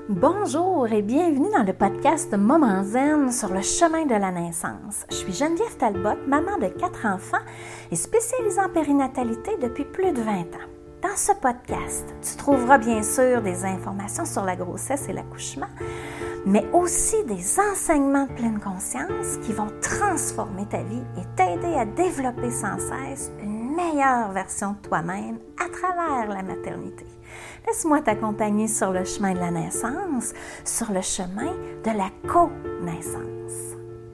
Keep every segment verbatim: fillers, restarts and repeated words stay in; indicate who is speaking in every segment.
Speaker 1: Bonjour et bienvenue dans le podcast Moments Zen sur le chemin de la naissance. Je suis Geneviève Talbot, maman de quatre enfants et spécialisée en périnatalité depuis plus de vingt ans. Dans ce podcast, tu trouveras bien sûr des informations sur la grossesse et l'accouchement, mais aussi des enseignements de pleine conscience qui vont transformer ta vie et t'aider à développer sans cesse une meilleure version de toi-même à travers la maternité. Laisse-moi t'accompagner sur le chemin de la naissance, sur le chemin de la co-naissance.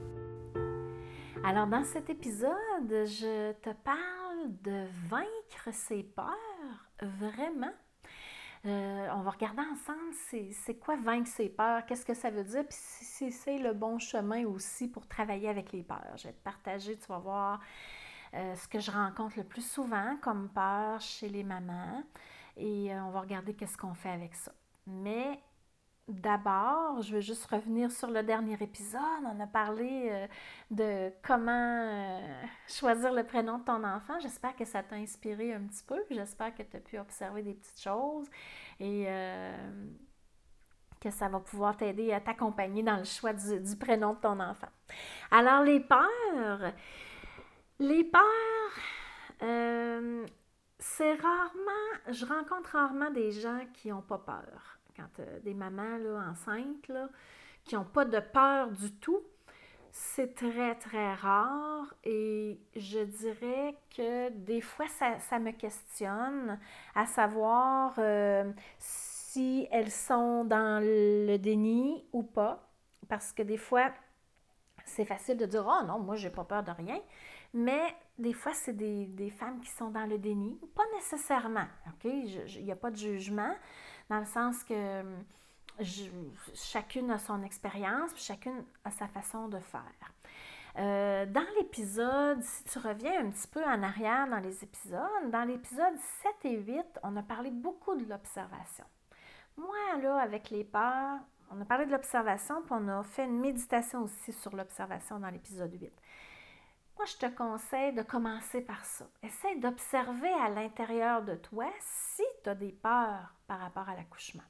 Speaker 1: Alors, dans cet épisode, je te parle de vaincre ses peurs, vraiment. Euh, on va regarder ensemble, c'est, c'est quoi vaincre ses peurs, qu'est-ce que ça veut dire, puis si c'est le bon chemin aussi pour travailler avec les peurs. Je vais te partager, tu vas voir euh, ce que je rencontre le plus souvent comme peur chez les mamans. Et on va regarder qu'est-ce qu'on fait avec ça. Mais d'abord, je veux juste revenir sur le dernier épisode. On a parlé euh, de comment euh, choisir le prénom de ton enfant. J'espère que ça t'a inspiré un petit peu. J'espère que tu as pu observer des petites choses et euh, que ça va pouvoir t'aider à t'accompagner dans le choix du, du prénom de ton enfant. Alors, les peurs. Les peurs... Euh, C'est rarement, je rencontre rarement des gens qui n'ont pas peur. Quand euh, des mamans là, enceintes là, qui n'ont pas de peur du tout, c'est très, très rare et je dirais que des fois, ça, ça me questionne à savoir euh, si elles sont dans le déni ou pas. Parce que des fois, c'est facile de dire « Oh non, moi, j'ai pas peur de rien ». Mais des fois, c'est des, des femmes qui sont dans le déni. Pas nécessairement, OK? Il n'y a pas de jugement, dans le sens que je, chacune a son expérience, puis chacune a sa façon de faire. Euh, dans l'épisode, si tu reviens un petit peu en arrière dans les épisodes, dans l'épisode sept et huit, on a parlé beaucoup de l'observation. Moi, là, avec les peurs, on a parlé de l'observation, puis on a fait une méditation aussi sur l'observation dans l'épisode huit. Moi, je te conseille de commencer par ça. Essaye d'observer à l'intérieur de toi si tu as des peurs par rapport à l'accouchement.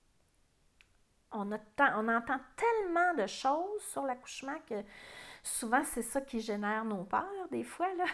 Speaker 1: On, a t- on entend tellement de choses sur l'accouchement que souvent, c'est ça qui génère nos peurs, des fois, là.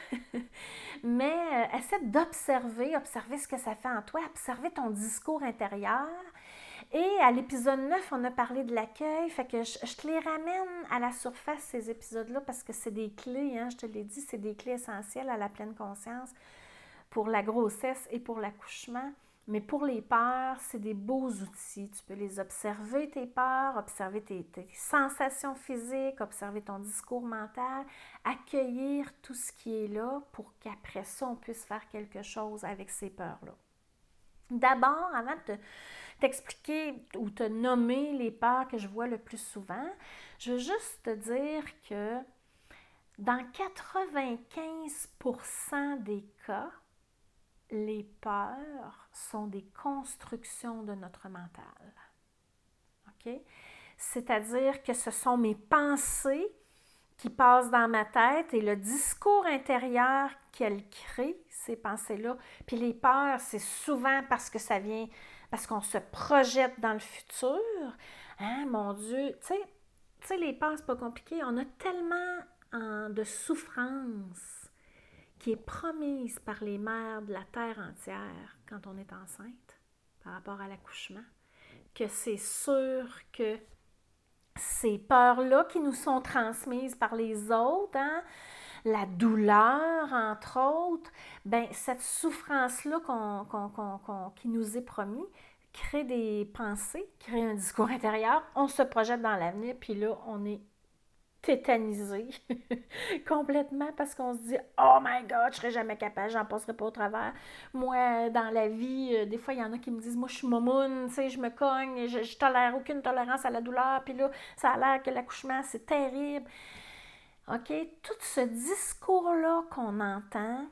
Speaker 1: Mais euh, essaie d'observer, observer ce que ça fait en toi, observer ton discours intérieur. Et à l'épisode neuf, on a parlé de l'accueil, fait que je, je te les ramène à la surface, ces épisodes-là, parce que c'est des clés, hein, je te l'ai dit, c'est des clés essentielles à la pleine conscience pour la grossesse et pour l'accouchement. Mais pour les peurs, c'est des beaux outils. Tu peux les observer, tes peurs, observer tes, tes sensations physiques, observer ton discours mental, accueillir tout ce qui est là pour qu'après ça, on puisse faire quelque chose avec ces peurs-là. D'abord, avant de te t'expliquer ou te nommer les peurs que je vois le plus souvent, je veux juste te dire que dans quatre-vingt-quinze pour cent des cas, les peurs sont des constructions de notre mental. OK? C'est-à-dire que ce sont mes pensées qui passent dans ma tête et le discours intérieur qu'elles créent, ces pensées-là. Puis les peurs, c'est souvent parce que ça vient, parce qu'on se projette dans le futur. Hein, mon Dieu, tu sais, tu sais, les peurs, c'est pas compliqué. On a tellement hein, de souffrance qui est promise par les mères de la terre entière quand on est enceinte par rapport à l'accouchement, que c'est sûr que ces peurs-là qui nous sont transmises par les autres, hein, la douleur, entre autres, ben cette souffrance-là qu'on, qu'on, qu'on, qu'on, qui nous est promis crée des pensées, crée un discours intérieur, on se projette dans l'avenir, puis là, on est tétanisé complètement parce qu'on se dit « Oh my God, je serai jamais capable, j'en passerai pas au travers. » Moi, dans la vie, euh, des fois, il y en a qui me disent « Moi, je suis momoune, tu sais, je me cogne, je, je tolère aucune tolérance à la douleur, puis là, ça a l'air que l'accouchement, c'est terrible. » OK? Tout ce discours-là qu'on entend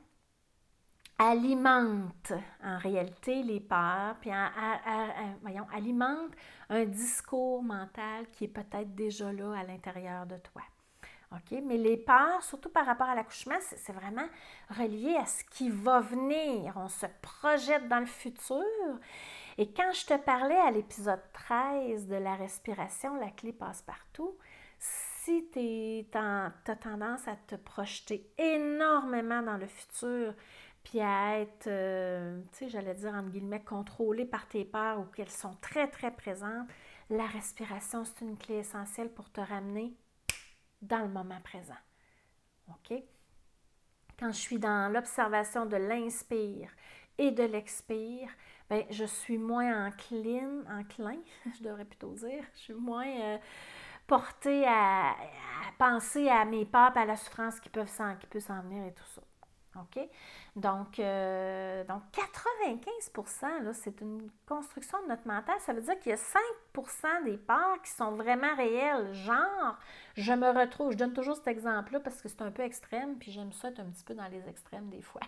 Speaker 1: alimente en réalité les peurs, puis à, à, à, voyons, alimente un discours mental qui est peut-être déjà là à l'intérieur de toi. OK? Mais les peurs, surtout par rapport à l'accouchement, c'est, c'est vraiment relié à ce qui va venir. On se projette dans le futur Et quand je te parlais à l'épisode treize de la respiration, la clé passe partout, si tu as tendance à te projeter énormément dans le futur, puis à être, euh, tu sais, j'allais dire entre guillemets, contrôlée par tes peurs ou qu'elles sont très, très présentes, la respiration, c'est une clé essentielle pour te ramener dans le moment présent. OK? Quand je suis dans l'observation de l'inspire et de l'expire, bien, je suis moins encline, enclin, je devrais plutôt dire, je suis moins euh, portée à, à penser à mes peurs et à la souffrance qui peuvent s'en, qui peut s'en venir et tout ça. OK? Donc, euh, donc quatre-vingt-quinze pour cent, là, c'est une construction de notre mental. Ça veut dire qu'il y a cinq pour cent des peurs qui sont vraiment réelles. Genre, je me retrouve, je donne toujours cet exemple-là parce que c'est un peu extrême, puis j'aime ça être un petit peu dans les extrêmes des fois.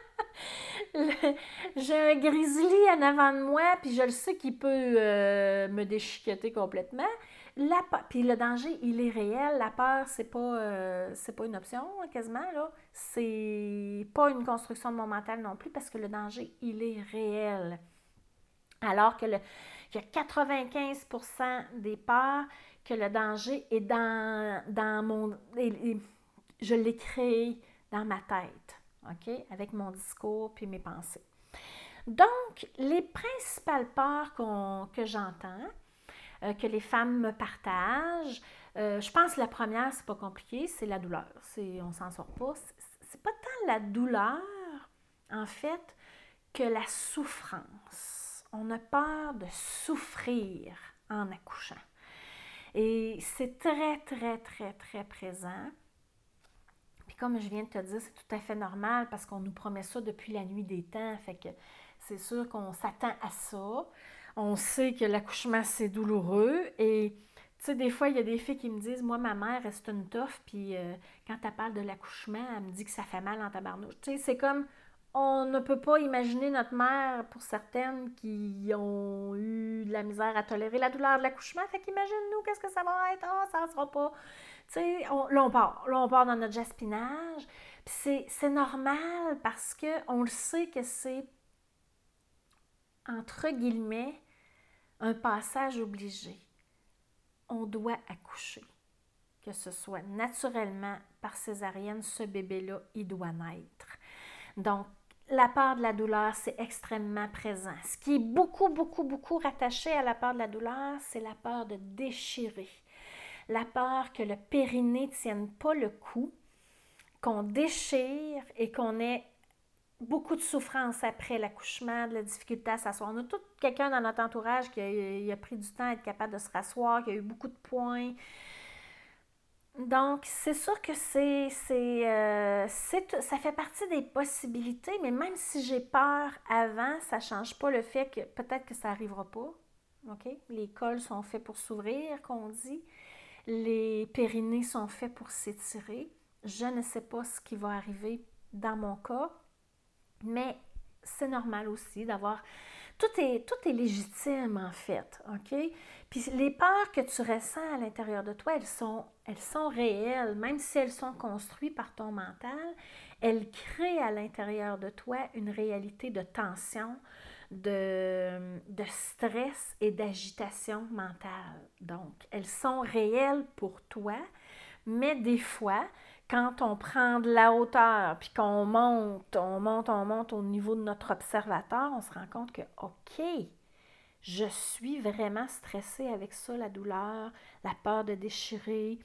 Speaker 1: Le, j'ai un grizzly en avant de moi, puis je le sais qu'il peut euh, me déchiqueter complètement. La peur, puis le danger, il est réel. La peur, c'est pas, euh, c'est pas une option, quasiment, là. C'est pas une construction de mon mental non plus, parce que le danger, il est réel. Alors que le, il y a quatre-vingt-quinze pour cent des peurs que le danger est dans, dans mon... Et, et, je l'ai créé dans ma tête, OK? Avec mon discours puis mes pensées. Donc, les principales peurs qu'on, que j'entends, euh, que les femmes me partagent, euh, je pense que la première, c'est pas compliqué, c'est la douleur. C'est, on s'en sort pas. C'est, c'est pas tant la douleur, en fait, que la souffrance. On a peur de souffrir en accouchant. Et c'est très, très, très, très présent. Puis comme je viens de te dire, c'est tout à fait normal parce qu'on nous promet ça depuis la nuit des temps. Fait que c'est sûr qu'on s'attend à ça. On sait que l'accouchement, c'est douloureux. Et tu sais, des fois, il y a des filles qui me disent, moi, ma mère reste une toffe, puis euh, quand elle parle de l'accouchement, elle me dit que ça fait mal en tabarnouche. Tu sais, c'est comme, on ne peut pas imaginer notre mère, pour certaines, qui ont eu de la misère à tolérer la douleur de l'accouchement. Fait qu'imagine-nous, qu'est-ce que ça va être? Ah, oh, ça ne sera pas. Tu sais, on, là, on part. Là, on part dans notre jaspinage. Puis c'est, c'est normal parce qu'on le sait que c'est, entre guillemets, un passage obligé. On doit accoucher. Que ce soit naturellement par césarienne, ce bébé-là, il doit naître. Donc, la peur de la douleur, c'est extrêmement présent. Ce qui est beaucoup, beaucoup, beaucoup rattaché à la peur de la douleur, c'est la peur de déchirer. La peur que le périnée ne tienne pas le coup, qu'on déchire et qu'on ait beaucoup de souffrance après l'accouchement, de la difficulté à s'asseoir. On a tout quelqu'un dans notre entourage qui a, il a pris du temps à être capable de se rasseoir, qui a eu beaucoup de points. Donc, c'est sûr que c'est, c'est, euh, c'est, ça fait partie des possibilités, mais même si j'ai peur avant, ça ne change pas le fait que peut-être que ça n'arrivera pas. Okay? Les cols sont faits pour s'ouvrir, qu'on dit. Les périnées sont faits pour s'étirer. Je ne sais pas ce qui va arriver dans mon cas, mais c'est normal aussi d'avoir... Tout est, tout est légitime, en fait, OK? Puis les peurs que tu ressens à l'intérieur de toi, elles sont, elles sont réelles, même si elles sont construites par ton mental, elles créent à l'intérieur de toi une réalité de tension, de, de stress et d'agitation mentale. Donc, elles sont réelles pour toi, mais des fois, quand on prend de la hauteur, puis qu'on monte, on monte, on monte au niveau de notre observateur, on se rend compte que, OK, je suis vraiment stressée avec ça, la douleur, la peur de déchirer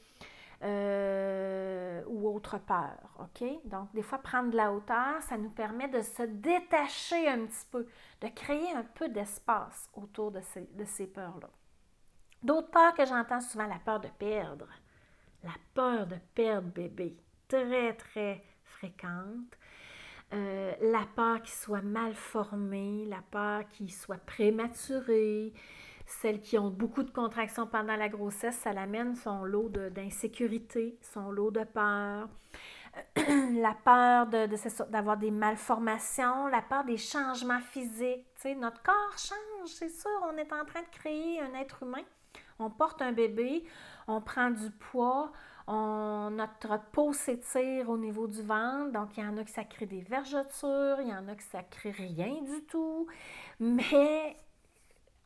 Speaker 1: euh, ou autre peur, OK? Donc, des fois, prendre de la hauteur, ça nous permet de se détacher un petit peu, de créer un peu d'espace autour de ces, de ces peurs-là. D'autres peurs que j'entends souvent, la peur de perdre. La peur de perdre bébé, très, très fréquente. Euh, la peur qu'il soit mal formé, la peur qu'il soit prématuré. Celles qui ont beaucoup de contractions pendant la grossesse, ça l'amène son lot de, d'insécurité, son lot de peur. La peur de, de, d'avoir des malformations, la peur des changements physiques. Tu sais, notre corps change, c'est sûr, on est en train de créer un être humain. On porte un bébé, on prend du poids, on, notre peau s'étire au niveau du ventre, donc il y en a que ça crée des vergetures, il y en a que ça crée rien du tout, mais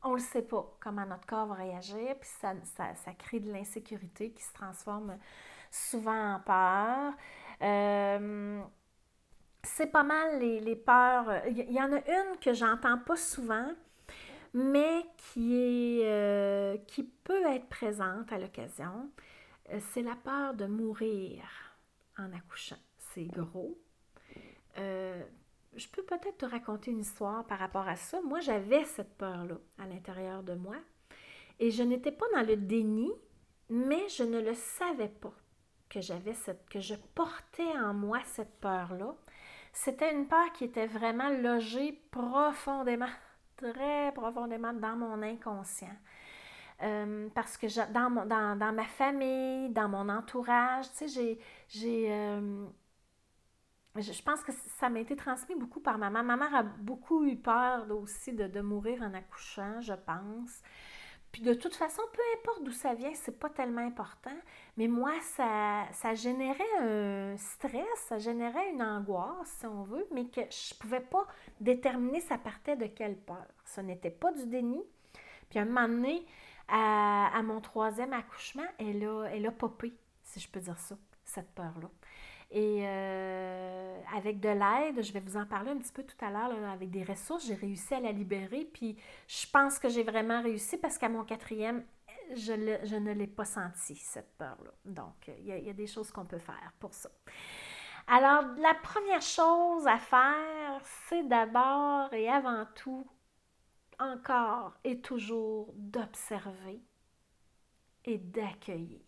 Speaker 1: on ne le sait pas comment notre corps va réagir, puis ça, ça, ça crée de l'insécurité qui se transforme souvent en peur. Euh, c'est pas mal les, les peurs. Il y, y en a une que j'entends pas souvent, mais qui, est, euh, qui peut être présente à l'occasion. Euh, c'est la peur de mourir en accouchant. C'est gros. Euh, je peux peut-être te raconter une histoire par rapport à ça. Moi, j'avais cette peur-là à l'intérieur de moi et je n'étais pas dans le déni, mais je ne le savais pas que j'avais cette, que je portais en moi cette peur-là. C'était une peur qui était vraiment logée profondément, très profondément dans mon inconscient. Euh, parce que dans, mon, dans, dans ma famille, dans mon entourage, tu sais, j'ai, j'ai euh, je pense que ça m'a été transmis beaucoup par ma mère. Ma mère a beaucoup eu peur aussi de, de mourir en accouchant, je pense. Puis de toute façon, peu importe d'où ça vient, c'est pas tellement important. Mais moi, ça, ça générait un stress, ça générait une angoisse, si on veut, mais que je pouvais pas déterminer ça partait de quelle peur. Ce n'était pas du déni. Puis un moment donné, à, à mon troisième accouchement, elle a, elle a popé, si je peux dire ça, cette peur-là. Et euh, avec de l'aide, je vais vous en parler un petit peu tout à l'heure, là, avec des ressources, j'ai réussi à la libérer. Puis je pense que j'ai vraiment réussi parce qu'à mon quatrième, je, le, je ne l'ai pas senti, cette peur-là. Donc, il y, a, il y a des choses qu'on peut faire pour ça. Alors, la première chose à faire, c'est d'abord et avant tout, encore et toujours, d'observer et d'accueillir.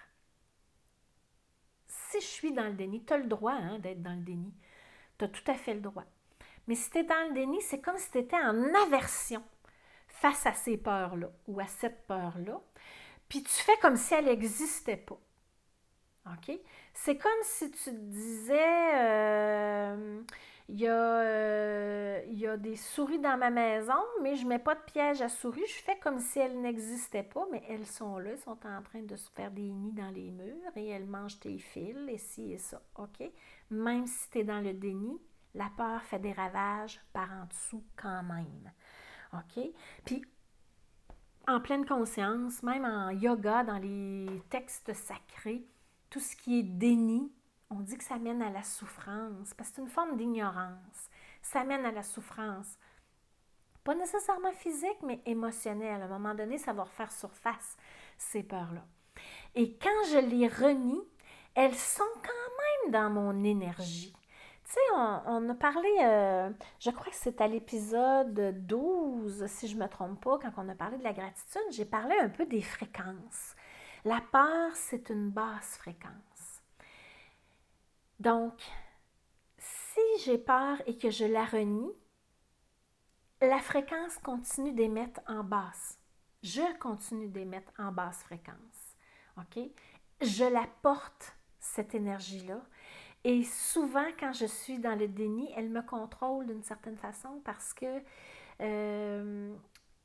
Speaker 1: Si je suis dans le déni, tu as le droit hein, d'être dans le déni. Tu as tout à fait le droit. Mais si tu es dans le déni, c'est comme si tu étais en aversion face à ces peurs-là ou à cette peur-là. Puis tu fais comme si elle n'existait pas. OK? C'est comme si tu te disais, euh, il y a, euh, il y a des souris dans ma maison, mais je ne mets pas de piège à souris. Je fais comme si elles n'existaient pas, mais elles sont là, elles sont en train de se faire des nids dans les murs et elles mangent tes fils et ci et ça. OK? Même si tu es dans le déni, la peur fait des ravages par en dessous quand même. OK? Puis, en pleine conscience, même en yoga, dans les textes sacrés, tout ce qui est déni, on dit que ça mène à la souffrance, parce que c'est une forme d'ignorance. Ça mène à la souffrance. Pas nécessairement physique, mais émotionnelle. À un moment donné, ça va refaire surface, ces peurs-là. Et quand je les renie, elles sont quand même dans mon énergie. Tu sais, on, on a parlé, euh, je crois que c'est à l'épisode douze, si je ne me trompe pas, quand on a parlé de la gratitude, j'ai parlé un peu des fréquences. La peur, c'est une basse fréquence. Donc, si j'ai peur et que je la renie, la fréquence continue d'émettre en basse. Je continue d'émettre en basse fréquence. OK? Je la porte, cette énergie-là. Et souvent, quand je suis dans le déni, elle me contrôle d'une certaine façon parce que euh,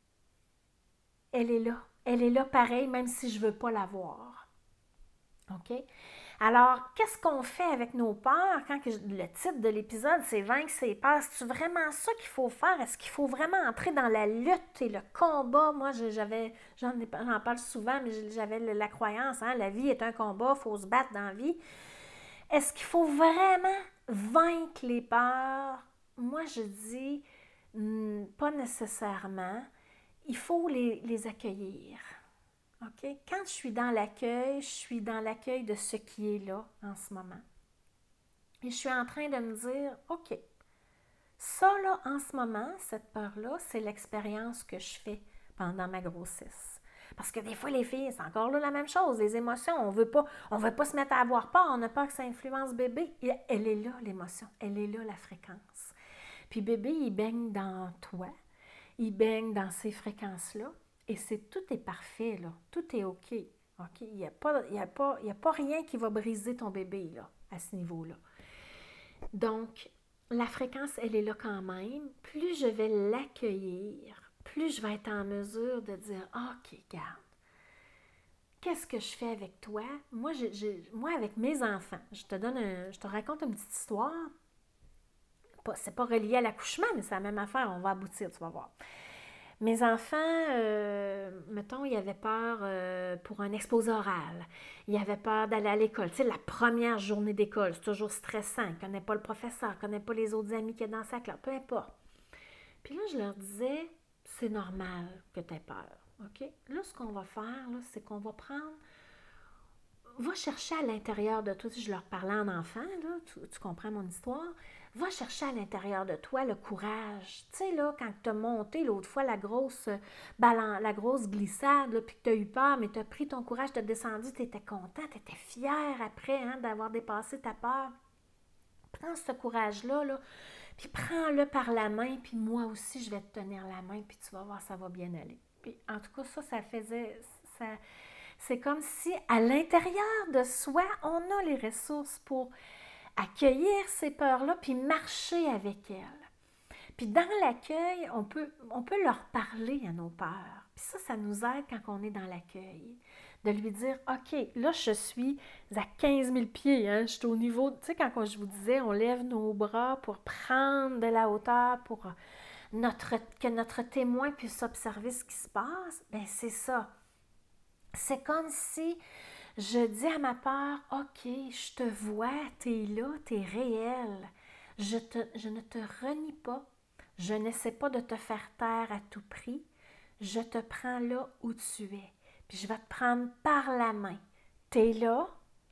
Speaker 1: elle est là. Elle est là pareil, même si je ne veux pas la voir. OK? Alors, qu'est-ce qu'on fait avec nos peurs quand que le titre de l'épisode, c'est Vaincre ses peurs? C'est vraiment ça qu'il faut faire? Est-ce qu'il faut vraiment entrer dans la lutte et le combat? Moi, j'avais, j'en, j'en parle souvent, mais j'avais la croyance, hein, la vie est un combat, il faut se battre dans la vie. Est-ce qu'il faut vraiment vaincre les peurs? Moi, je dis hmm, pas nécessairement. Il faut les, les accueillir. OK? Quand je suis dans l'accueil, je suis dans l'accueil de ce qui est là en ce moment. Et je suis en train de me dire, OK, ça là, en ce moment, cette peur-là, c'est l'expérience que je fais pendant ma grossesse. Parce que des fois, les filles, c'est encore là la même chose, les émotions, on veut pas, on veut pas se mettre à avoir peur, on a peur que ça influence bébé. Et elle est là, l'émotion, elle est là, la fréquence. Puis bébé, il baigne dans toi, il baigne dans ces fréquences-là, et c'est tout est parfait, là, tout est OK. OK? Il n'y a pas, il y a pas, il y a pas rien qui va briser ton bébé, là, à ce niveau-là. Donc, la fréquence, elle est là quand même. Plus je vais l'accueillir, plus je vais être en mesure de dire, OK, garde, qu'est-ce que je fais avec toi? Moi, je, je, moi avec mes enfants, je te donne un, je te raconte une petite histoire. Pas, c'est pas relié à l'accouchement, mais c'est la même affaire, on va aboutir, tu vas voir. Mes enfants, euh, mettons, ils avaient peur euh, pour un exposé oral. Ils avaient peur d'aller à l'école. Tu sais, la première journée d'école, c'est toujours stressant. Ils ne connaissent pas le professeur, ils ne connaissent pas les autres amis qu'il y a dans sa classe, peu importe. Puis là, je leur disais, c'est normal que tu aies peur. OK? Là, ce qu'on va faire, là, c'est qu'on va prendre va chercher à l'intérieur de toi, si je leur parlais en enfant, là, tu, tu comprends mon histoire, va chercher à l'intérieur de toi le courage. Tu sais, là, quand tu as monté l'autre fois la grosse, balan, la grosse glissade, là, puis que tu as eu peur, mais tu as pris ton courage, tu as descendu, tu étais content, tu étais fier après hein, d'avoir dépassé ta peur. Prends ce courage-là, là, puis prends-le par la main, puis moi aussi, je vais te tenir la main, puis tu vas voir, ça va bien aller. Puis, en tout cas, ça, ça faisait... Ça, c'est comme si à l'intérieur de soi, on a les ressources pour accueillir ces peurs-là puis marcher avec elles. Puis dans l'accueil, on peut, on peut leur parler à nos peurs. Puis ça, ça nous aide quand on est dans l'accueil. De lui dire, OK, là, je suis à quinze mille pieds. Hein, je suis au niveau, tu sais, quand je vous disais, on lève nos bras pour prendre de la hauteur, pour notre, que notre témoin puisse observer ce qui se passe. Bien, c'est ça. C'est comme si je dis à ma peur, OK, je te vois, t'es là, t'es réel. Je, te, je ne te renie pas. Je n'essaie pas de te faire taire à tout prix. Je te prends là où tu es. Puis je vais te prendre par la main. T'es là,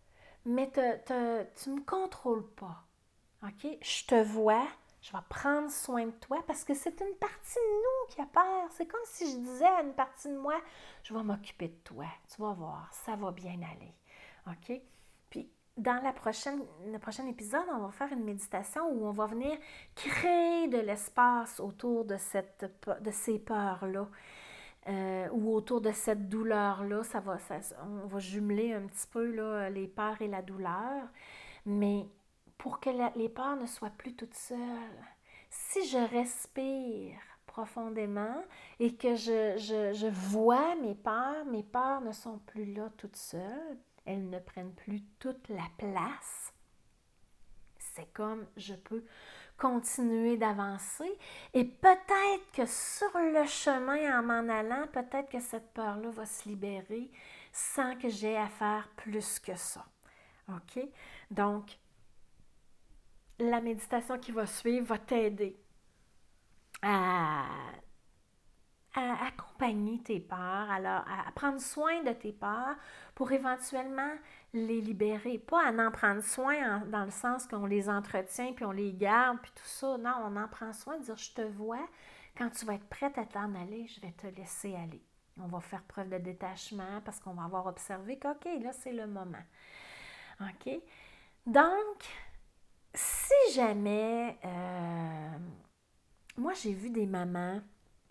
Speaker 1: mais te, te, tu ne me contrôles pas. OK? Je te vois, je vais prendre soin de toi parce que c'est une partie de nous qui a peur. C'est comme si je disais à une partie de moi, je vais m'occuper de toi. Tu vas voir, ça va bien aller. OK? Puis, dans la prochaine, le prochain épisode, on va faire une méditation où on va venir créer de l'espace autour de, cette, de ces peurs-là. Euh, ou autour de cette douleur-là, ça va, ça, on va jumeler un petit peu là, les peurs et la douleur. Mais pour que la, les peurs ne soient plus toutes seules, si je respire profondément et que je, je, je vois mes peurs, mes peurs ne sont plus là toutes seules, elles ne prennent plus toute la place. C'est comme je peux continuer d'avancer et peut-être que sur le chemin en m'en allant, peut-être que cette peur-là va se libérer sans que j'aie à faire plus que ça. OK? Donc, la méditation qui va suivre va t'aider à, à accompagner tes peurs, alors à prendre soin de tes peurs pour éventuellement les libérer. Pas à en prendre soin en, dans le sens qu'on les entretient puis on les garde puis tout ça. Non, on en prend soin de dire je te vois, quand tu vas être prête à t'en aller, je vais te laisser aller. On va faire preuve de détachement parce qu'on va avoir observé qu'OK, là c'est le moment. OK? Donc, si jamais, euh, moi j'ai vu des mamans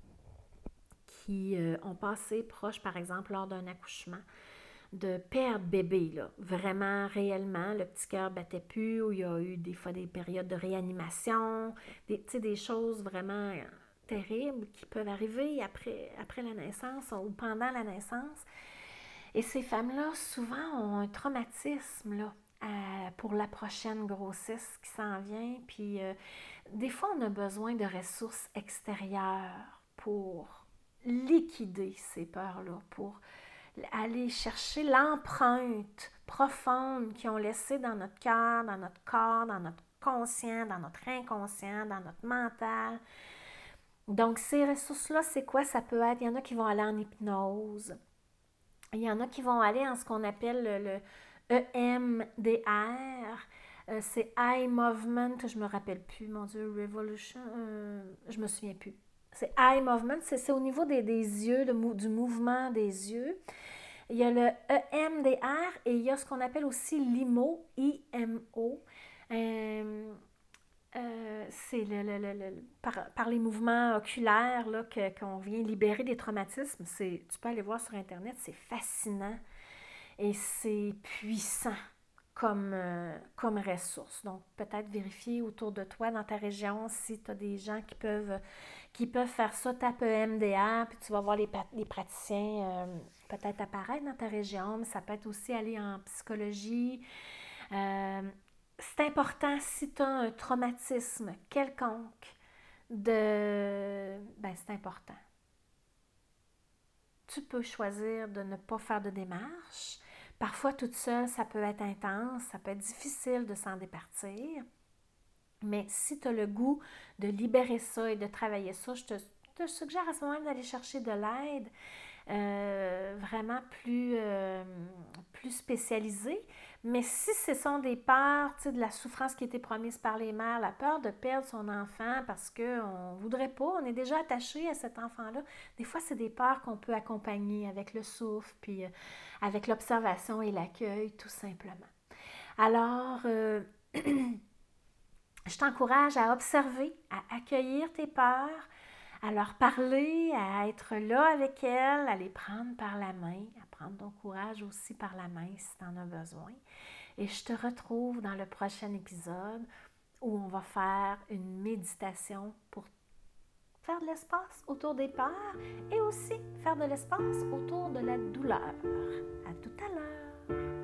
Speaker 1: qui euh, ont passé proche, par exemple, lors d'un accouchement, de perdre bébé, là, vraiment, réellement, le petit cœur battait plus, ou il y a eu des fois des périodes de réanimation, des, des choses vraiment terribles qui peuvent arriver après, après la naissance ou pendant la naissance. Et ces femmes-là, souvent, ont un traumatisme, là, euh, pour la prochaine grossesse qui s'en vient. Puis, euh, des fois, on a besoin de ressources extérieures pour liquider ces peurs-là, pour aller chercher l'empreinte profonde qu'ils ont laissée dans notre cœur, dans notre corps, dans notre conscient, dans notre inconscient, dans notre mental. Donc, ces ressources-là, c'est quoi? Ça peut être, il y en a qui vont aller en hypnose. Il y en a qui vont aller en ce qu'on appelle le, le E M D R. Euh, c'est Eye Movement, je ne me rappelle plus, mon Dieu, Revolution, euh, je ne me souviens plus. C'est Eye Movement, c'est, c'est au niveau des, des yeux, de, du mouvement des yeux. Il y a le E M D R et il y a ce qu'on appelle aussi l'I M O, I M O. Euh, euh, c'est le, le, le, le par, par les mouvements oculaires là, que, qu'on vient libérer des traumatismes. C'est, tu peux aller voir sur Internet, c'est fascinant et c'est puissant comme, euh, comme ressource. Donc, peut-être vérifier autour de toi, dans ta région, si tu as des gens qui peuvent, qui peuvent faire ça, tape E M D R, puis tu vas voir les, les praticiens euh, peut-être apparaître dans ta région, mais ça peut être aussi aller en psychologie. Euh, c'est important si tu as un traumatisme quelconque de... Ben, c'est important. tu peux choisir de ne pas faire de démarche. Parfois, toute seule, ça peut être intense, ça peut être difficile de s'en départir. Mais si tu as le goût de libérer ça et de travailler ça, je te, te suggère à ce moment d'aller chercher de l'aide euh, vraiment plus, euh, plus spécialisée. Mais si ce sont des peurs, tu sais, de la souffrance qui a été promise par les mères, la peur de perdre son enfant parce qu'on ne voudrait pas, on est déjà attaché à cet enfant-là, des fois, c'est des peurs qu'on peut accompagner avec le souffle, puis euh, avec l'observation et l'accueil, tout simplement. Alors, euh, je t'encourage à observer, à accueillir tes peurs, à leur parler, à être là avec elles, à les prendre par la main, à prendre ton courage aussi par la main si tu en as besoin. Et je te retrouve dans le prochain épisode où on va faire une méditation pour faire de l'espace autour des peurs et aussi faire de l'espace autour de la douleur. À tout à l'heure!